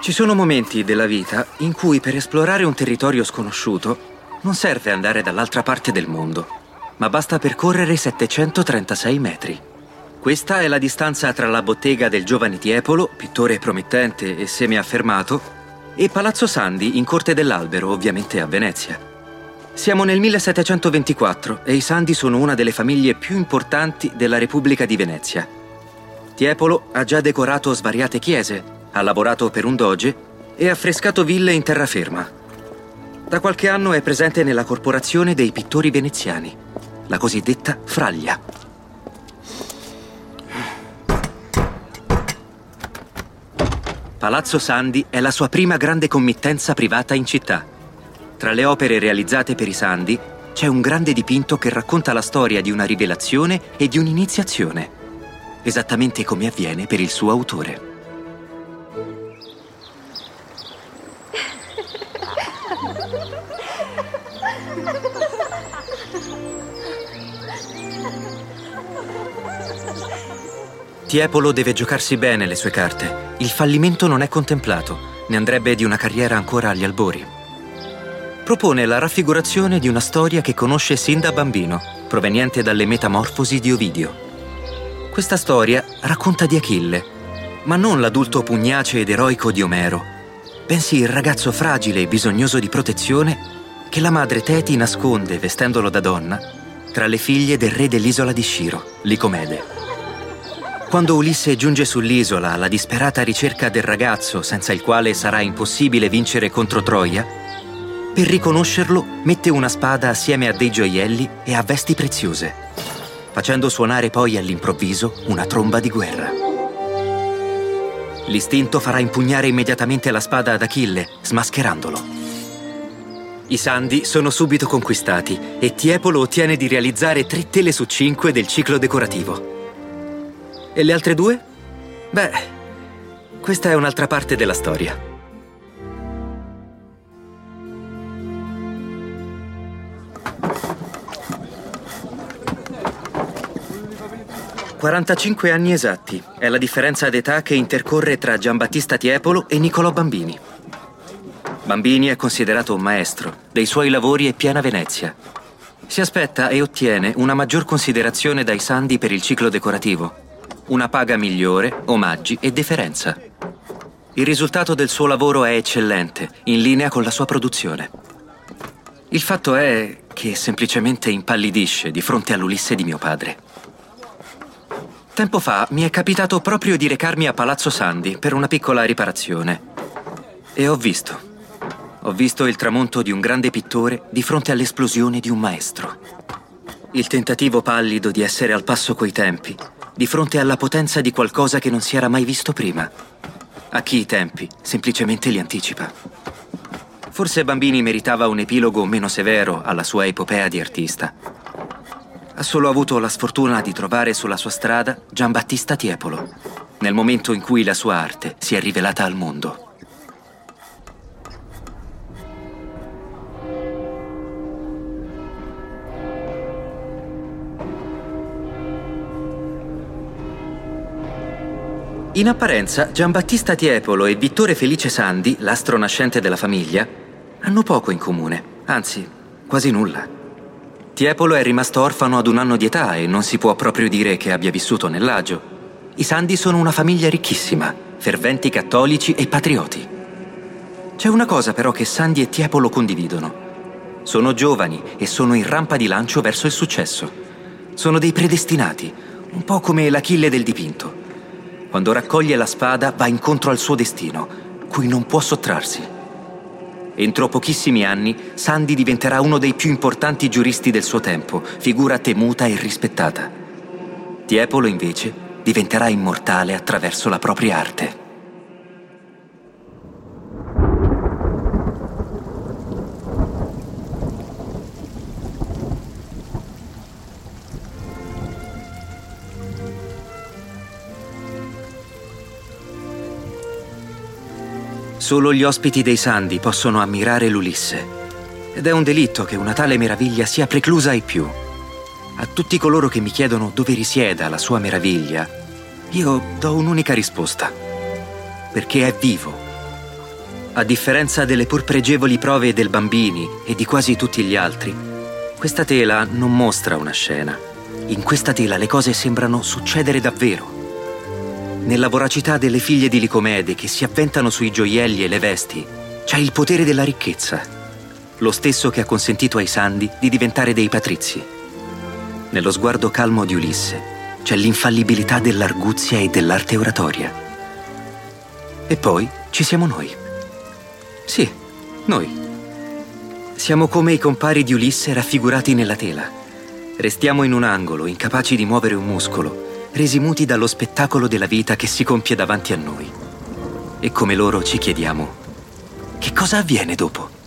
Ci sono momenti della vita in cui per esplorare un territorio sconosciuto non serve andare dall'altra parte del mondo, ma basta percorrere 736 metri. Questa è la distanza tra la bottega del giovane Tiepolo, pittore promettente e semiaffermato, e Palazzo Sandi in Corte dell'Albero, ovviamente a Venezia. Siamo nel 1724 e i Sandi sono una delle famiglie più importanti della Repubblica di Venezia. Tiepolo ha già decorato svariate chiese, ha lavorato per un doge e ha affrescato ville in terraferma. Da qualche anno è presente nella corporazione dei pittori veneziani, la cosiddetta Fraglia. Palazzo Sandi è la sua prima grande committenza privata in città. Tra le opere realizzate per i Sandi c'è un grande dipinto che racconta la storia di una rivelazione e di un'iniziazione, esattamente come avviene per il suo autore. Tiepolo deve giocarsi bene le sue carte. Il fallimento non è contemplato, ne andrebbe di una carriera ancora agli albori. Propone la raffigurazione di una storia che conosce sin da bambino, proveniente dalle Metamorfosi di Ovidio. Questa storia racconta di Achille, ma non l'adulto pugnace ed eroico di Omero, bensì il ragazzo fragile e bisognoso di protezione che la madre Teti nasconde, vestendolo da donna, tra le figlie del re dell'isola di Sciro, Licomede. Quando Ulisse giunge sull'isola alla disperata ricerca del ragazzo senza il quale sarà impossibile vincere contro Troia, per riconoscerlo mette una spada assieme a dei gioielli e a vesti preziose, facendo suonare poi all'improvviso una tromba di guerra. L'istinto farà impugnare immediatamente la spada ad Achille, smascherandolo. I Sandi sono subito conquistati e Tiepolo ottiene di realizzare 3 tele su 5 del ciclo decorativo. E le altre 2? Beh, questa è un'altra parte della storia. «45 anni esatti è la differenza d'età che intercorre tra Giambattista Tiepolo e Niccolò Bambini. Bambini è considerato un maestro, dei suoi lavori è piena Venezia. Si aspetta e ottiene una maggior considerazione dai Sandi per il ciclo decorativo, una paga migliore, omaggi e deferenza. Il risultato del suo lavoro è eccellente, in linea con la sua produzione. Il fatto è che semplicemente impallidisce di fronte all'Ulisse di mio padre. Tempo fa mi è capitato proprio di recarmi a Palazzo Sandi per una piccola riparazione e ho visto il tramonto di un grande pittore di fronte all'esplosione di un maestro. Il tentativo pallido di essere al passo coi tempi, di fronte alla potenza di qualcosa che non si era mai visto prima. A chi i tempi semplicemente li anticipa. Forse Bambini meritava un epilogo meno severo alla sua epopea di artista. Ha solo avuto la sfortuna di trovare sulla sua strada Giambattista Tiepolo, nel momento in cui la sua arte si è rivelata al mondo. In apparenza, Giambattista Tiepolo e Vittore Felice Sandi, l'astro nascente della famiglia, hanno poco in comune, anzi, quasi nulla. Tiepolo è rimasto orfano ad 1 anno di età e non si può proprio dire che abbia vissuto nell'agio. I Sandi sono una famiglia ricchissima, ferventi cattolici e patrioti. C'è una cosa però che Sandi e Tiepolo condividono. Sono giovani e sono in rampa di lancio verso il successo. Sono dei predestinati, un po' come l'Achille del dipinto. Quando raccoglie la spada va incontro al suo destino, cui non può sottrarsi. Entro pochissimi anni, Sandi diventerà uno dei più importanti giuristi del suo tempo, figura temuta e rispettata. Tiepolo, invece, diventerà immortale attraverso la propria arte. Solo gli ospiti dei Sandi possono ammirare l'Ulisse, ed è un delitto che una tale meraviglia sia preclusa ai più. A tutti coloro che mi chiedono dove risieda la sua meraviglia, io do un'unica risposta: perché è vivo, a differenza delle pur pregevoli prove del Bambini e di quasi tutti gli altri, questa tela non mostra una scena. In questa tela le cose sembrano succedere davvero. Nella voracità delle figlie di Licomede che si avventano sui gioielli e le vesti, c'è il potere della ricchezza, lo stesso che ha consentito ai Sandi di diventare dei patrizi. Nello sguardo calmo di Ulisse c'è l'infallibilità dell'arguzia e dell'arte oratoria. E poi ci siamo noi. Sì, noi. Siamo come i compari di Ulisse raffigurati nella tela. Restiamo in un angolo, incapaci di muovere un muscolo, resi muti dallo spettacolo della vita che si compie davanti a noi. E come loro ci chiediamo: che cosa avviene dopo?